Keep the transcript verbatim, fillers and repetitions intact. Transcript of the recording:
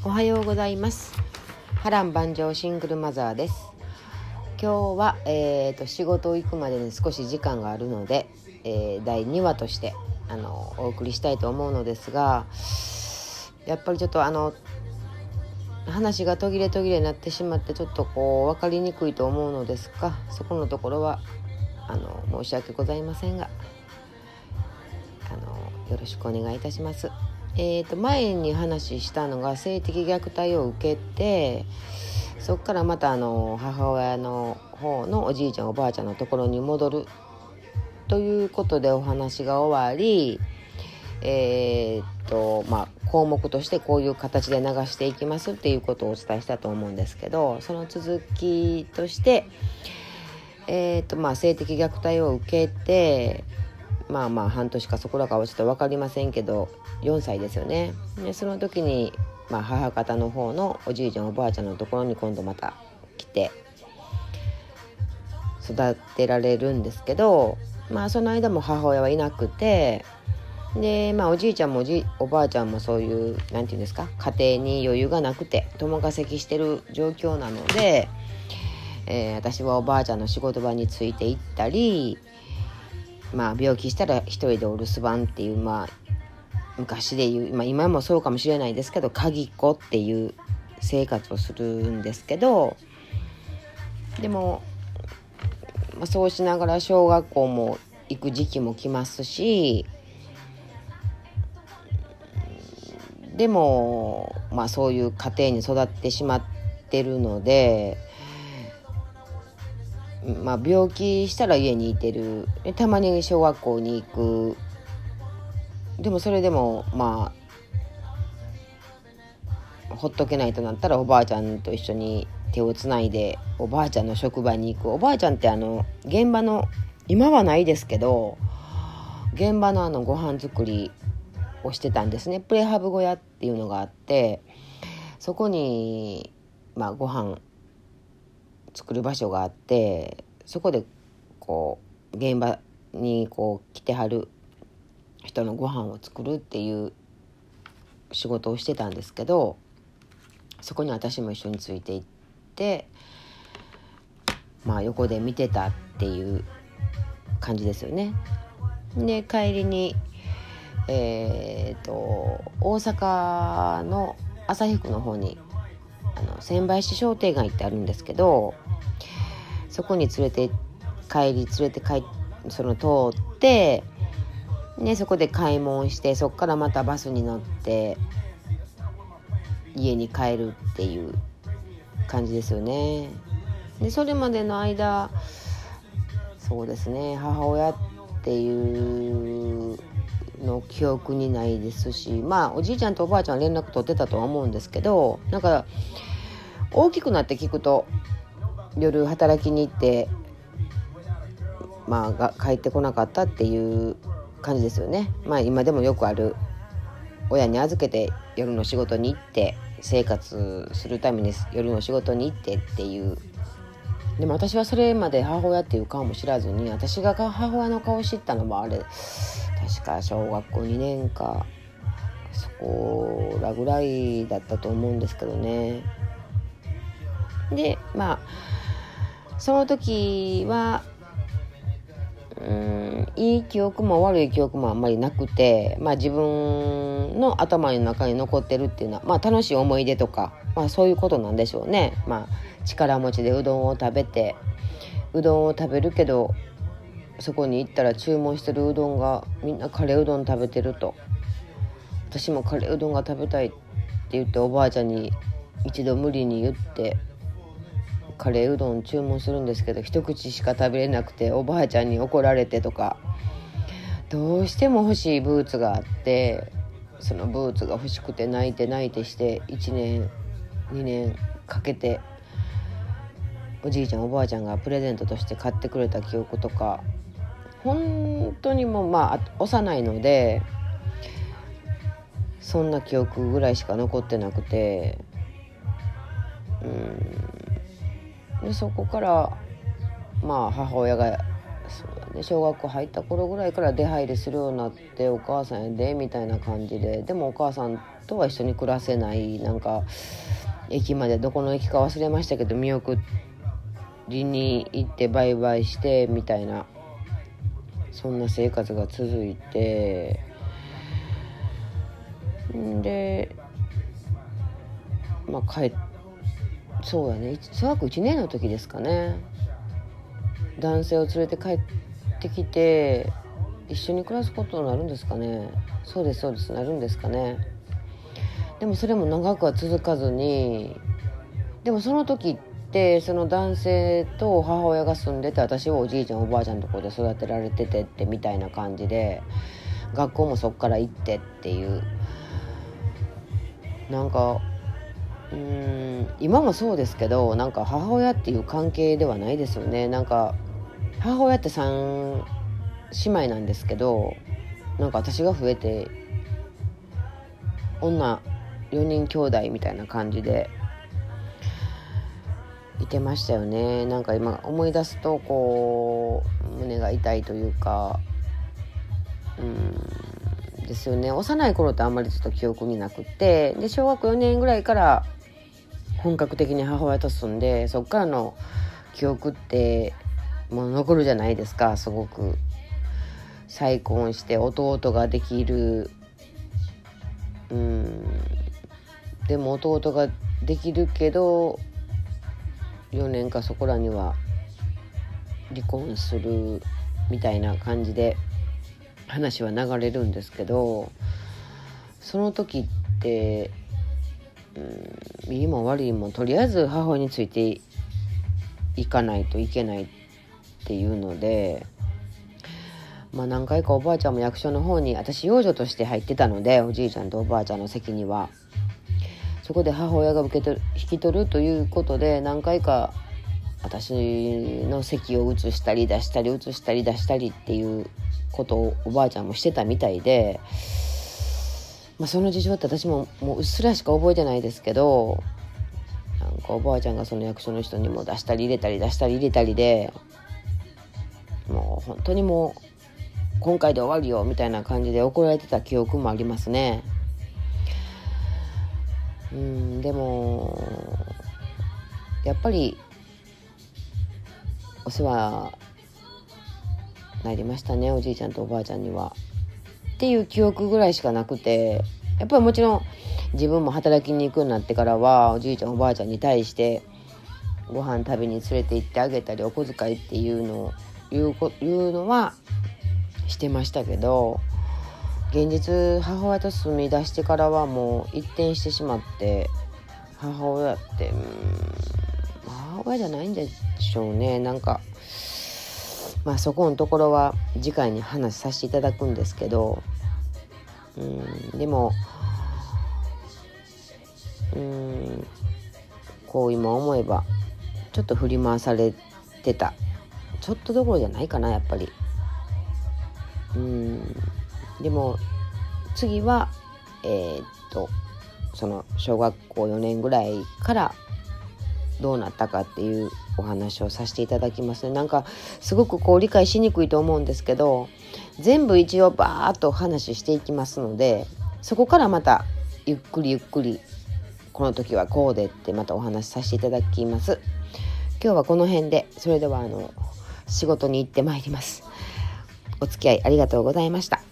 おはようございます。波乱万丈シングルマザーです。今日は、えー、と仕事行くまでに少し時間があるので、えー、だいにわとしてあのお送りしたいと思うのですが、やっぱりちょっとあの話が途切れ途切れになってしまってちょっとこう分かりにくいと思うのですが、そこのところはあの申し訳ございませんが、あのよろしくお願いいたします。えー、と前に話したのが性的虐待を受けて、そこからまたあの母親の方のおじいちゃんおばあちゃんのところに戻るということでお話が終わり、えーとまあ、項目としてこういう形で流していきますっていうことをお伝えしたと思うんですけど、その続きとして、えーとまあ、性的虐待を受けてまあまあ半年かそこらかはちょっと分かりませんけどよんさいですよね。でその時に、まあ、母方の方のおじいちゃんおばあちゃんのところに今度また来て育てられるんですけど、まあその間も母親はいなくて、でまあおじいちゃんもおじおばあちゃんもそういうなんていうんですか、家庭に余裕がなくて共稼ぎしてる状況なので、えー、私はおばあちゃんの仕事場について行ったり、まあ病気したら一人でお留守番っていう、まあ昔でいう、まあ、今もそうかもしれないですけど鍵っ子っていう生活をするんですけど、でも、まあ、そうしながら小学校も行く時期も来ますし、でも、まあ、そういう家庭に育ってしまってるので、まあ、病気したら家にいてる、たまに小学校に行く、でもそれでもまあほっとけないとなったらおばあちゃんと一緒に手をつないでおばあちゃんの職場に行く。おばあちゃんってあの現場の今はないですけど現場のあのご飯作りをしてたんですね。プレハブ小屋っていうのがあって、そこにまあご飯作る場所があって、そこでこう現場にこう来てはる人のご飯を作るっていう仕事をしてたんですけど、そこに私も一緒についていって、まあ横で見てたっていう感じですよね。で帰りにえー、と大阪の旭区の方にあの千林商店街ってあるんですけど、そこに連れて帰り連れて帰その通って、ね、そこで買い物して、そこからまたバスに乗って家に帰るっていう感じですよね。でそれまでの間、そうですね、母親っていうの記憶にないですし、まあおじいちゃんとおばあちゃんは連絡取ってたとは思うんですけど、なんか大きくなって聞くと夜働きに行ってまあが帰ってこなかったっていう感じですよね。まあ今でもよくある、親に預けて夜の仕事に行って生活するために夜の仕事に行ってっていう。でも私はそれまで母親っていう顔も知らずに、私が母親の顔を知ったのもあれ確か小学校にねんかそこらぐらいだったと思うんですけどね。でまあその時はうーんいい記憶も悪い記憶もあんまりなくて、まあ自分の頭の中に残ってるっていうのは、まあ楽しい思い出とか、まあそういうことなんでしょうね。まあ力持ちでうどんを食べて、うどんを食べるけどそこに行ったら注文してるうどんがみんなカレーうどん食べてると、私もカレーうどんが食べたいって言っておばあちゃんに一度無理に言ってカレーうどん注文するんですけど、一口しか食べれなくておばあちゃんに怒られてとか、どうしても欲しいブーツがあって、そのブーツが欲しくて泣いて泣いてしていちねんにねんかけておじいちゃんおばあちゃんがプレゼントとして買ってくれた記憶とか、本当にもうまあ幼いのでそんな記憶ぐらいしか残ってなくて、うんでそこからまあ母親がそうだね、小学校入った頃ぐらいから出入りするようになって、お母さんやでみたいな感じで、でもお母さんとは一緒に暮らせない、なんか駅まで、どこの駅か忘れましたけど見送りに行ってバイバイしてみたいな、そんな生活が続いて、んでまあ帰そうやね、小学校いちねんの時ですかね、男性を連れて帰ってきて一緒に暮らすことになるんですかね。そうですそうですなるんですかね。でもそれも長くは続かずに、でもその時ってその男性と母親が住んでて、私はおじいちゃんおばあちゃんのところで育てられててってみたいな感じで、学校もそっから行ってっていう、なんかうーん今もそうですけど、なんか母親っていう関係ではないですよね。なんか母親ってさん姉妹なんですけど、なんか私が増えて女よにん兄弟みたいな感じでいてましたよね。なんか今思い出すとこう胸が痛いというか、うーんですよね。幼い頃ってあんまりちょっと記憶になくて、で小学校よねんぐらいから本格的に母親と住んで、そっからの記憶ってもう残るじゃないですか。すごく再婚して弟ができる、うんでも弟ができるけどよねんかそこらには離婚するみたいな感じで話は流れるんですけど、その時ってうんいいも悪いもとりあえず母親についていかないといけないっていうので、まあ何回かおばあちゃんも役所の方に、私養女として入ってたので、おじいちゃんとおばあちゃんの席にはそこで母親が受け取る引き取るということで、何回か私の席を移したり出したり移したり出したりっていうことをおばあちゃんもしてたみたいで、まあ、その事情って私ももううっすらしか覚えてないですけど、なんかおばあちゃんがその役所の人にも出したり入れたり出したり入れたりで、もう本当にもう今回で終わりよみたいな感じで怒られてた記憶もありますね。うんでもやっぱりお世話になりましたね、おじいちゃんとおばあちゃんにはっていう記憶ぐらいしかなくて、やっぱりもちろん自分も働きに行くようになってからはおじいちゃんおばあちゃんに対してご飯食べに連れて行ってあげたり、お小遣いっていうのを言うこ言うのはしてましたけど、現実母親と住み出してからはもう一転してしまって、母親ってうーん母親じゃないんでしょうね。なんかまあそこのところは次回に話させていただくんですけど、うんでもうんこう今思えばちょっと振り回されてた、ちょっとどころじゃないかなやっぱり。うんでも次はえー、っとその小学校よねんぐらいからどうなったかっていうお話をさせていただきますね。なんかすごくこう理解しにくいと思うんですけど、全部一応バーッと話していきますので、そこからまたゆっくりゆっくりこの時はこうでってまたお話しさせていただきます。今日はこの辺で、それではあの仕事に行ってまいります。お付き合いありがとうございました。